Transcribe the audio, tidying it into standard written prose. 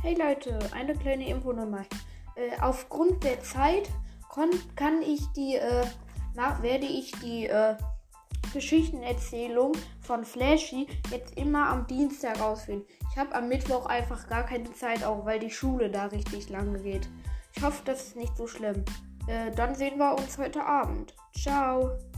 Hey Leute, eine kleine Info nochmal. Aufgrund der Zeit werde ich die Geschichtenerzählung von Flashy jetzt immer am Dienstag rausfinden. Ich habe am Mittwoch einfach gar keine Zeit, auch weil die Schule da richtig lange geht. Ich hoffe, das ist nicht so schlimm. Dann sehen wir uns heute Abend. Ciao.